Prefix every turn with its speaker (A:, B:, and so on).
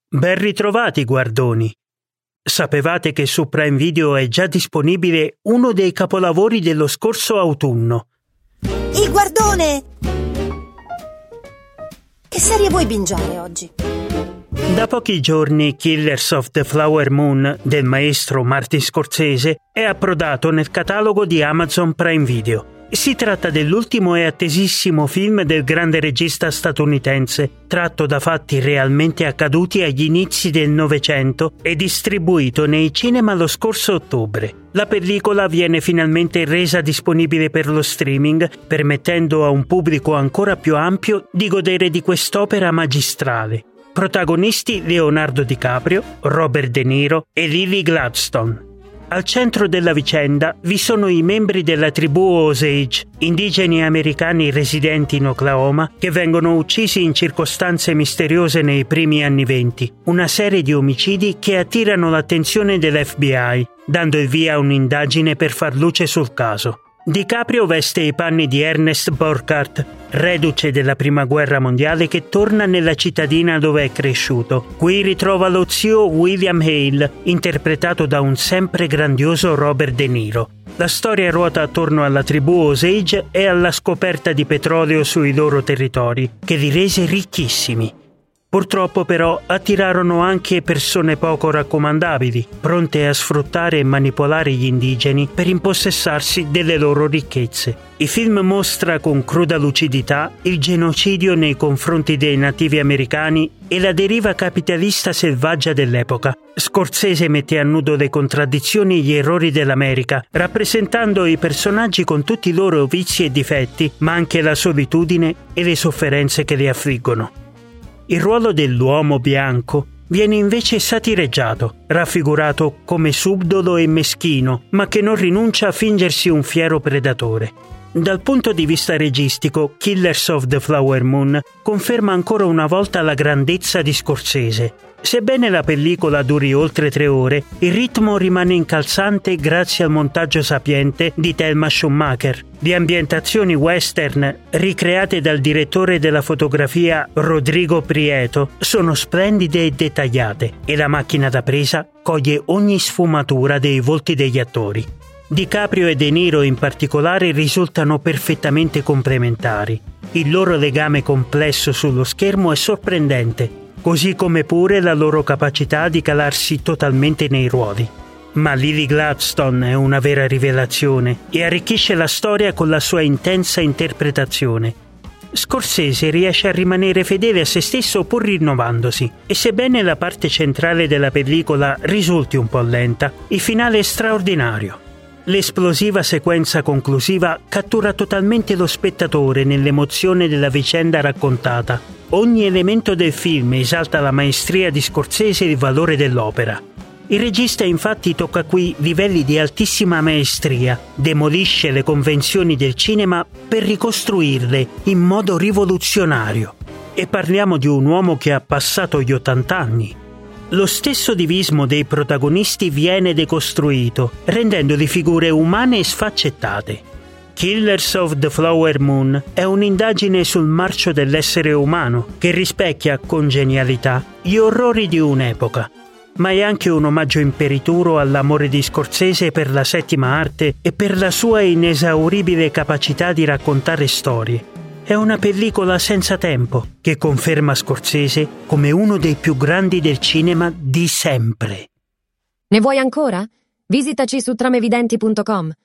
A: Ben ritrovati, guardoni! Sapevate che su Prime Video è già disponibile uno dei capolavori dello scorso autunno?
B: Il guardone! Che serie vuoi bingiare oggi?
A: Da pochi giorni Killers of the Flower Moon del maestro Martin Scorsese è approdato nel catalogo di Amazon Prime Video. Si tratta dell'ultimo e attesissimo film del grande regista statunitense, tratto da fatti realmente accaduti agli inizi del Novecento e distribuito nei cinema lo scorso ottobre. La pellicola viene finalmente resa disponibile per lo streaming, permettendo a un pubblico ancora più ampio di godere di quest'opera magistrale. Protagonisti Leonardo DiCaprio, Robert De Niro e Lily Gladstone. Al centro della vicenda vi sono i membri della tribù Osage, indigeni americani residenti in Oklahoma, che vengono uccisi in circostanze misteriose nei primi anni '20, una serie di omicidi che attirano l'attenzione dell'FBI, dando il via a un'indagine per far luce sul caso. DiCaprio veste i panni di Ernest Borchardt, reduce della Prima Guerra Mondiale che torna nella cittadina dove è cresciuto. Qui ritrova lo zio William Hale, interpretato da un sempre grandioso Robert De Niro. La storia ruota attorno alla tribù Osage e alla scoperta di petrolio sui loro territori, che li rese ricchissimi. Purtroppo però attirarono anche persone poco raccomandabili, pronte a sfruttare e manipolare gli indigeni per impossessarsi delle loro ricchezze. Il film mostra con cruda lucidità il genocidio nei confronti dei nativi americani e la deriva capitalista selvaggia dell'epoca. Scorsese mette a nudo le contraddizioni e gli errori dell'America, rappresentando i personaggi con tutti i loro vizi e difetti, ma anche la solitudine e le sofferenze che li affliggono. Il ruolo dell'uomo bianco viene invece satireggiato, raffigurato come subdolo e meschino, ma che non rinuncia a fingersi un fiero predatore. Dal punto di vista registico, Killers of the Flower Moon conferma ancora una volta la grandezza di Scorsese. Sebbene la pellicola duri oltre 3 ore, il ritmo rimane incalzante grazie al montaggio sapiente di Thelma Schumacher. Le ambientazioni western, ricreate dal direttore della fotografia Rodrigo Prieto, sono splendide e dettagliate, e la macchina da presa coglie ogni sfumatura dei volti degli attori. DiCaprio e De Niro in particolare risultano perfettamente complementari. Il loro legame complesso sullo schermo è sorprendente, così come pure la loro capacità di calarsi totalmente nei ruoli. Ma Lily Gladstone è una vera rivelazione e arricchisce la storia con la sua intensa interpretazione. Scorsese riesce a rimanere fedele a se stesso pur rinnovandosi, e sebbene la parte centrale della pellicola risulti un po' lenta, il finale è straordinario. L'esplosiva sequenza conclusiva cattura totalmente lo spettatore nell'emozione della vicenda raccontata. Ogni elemento del film esalta la maestria di Scorsese e il valore dell'opera. Il regista infatti tocca qui livelli di altissima maestria, demolisce le convenzioni del cinema per ricostruirle in modo rivoluzionario. E parliamo di un uomo che ha passato gli 80 anni. Lo stesso divismo dei protagonisti viene decostruito, rendendoli figure umane e sfaccettate. Killers of the Flower Moon è un'indagine sul marcio dell'essere umano che rispecchia con genialità gli orrori di un'epoca, ma è anche un omaggio imperituro all'amore di Scorsese per la settima arte e per la sua inesauribile capacità di raccontare storie. È una pellicola senza tempo che conferma Scorsese come uno dei più grandi del cinema di sempre.
C: Ne vuoi ancora? Visitaci su tramevidenti.com.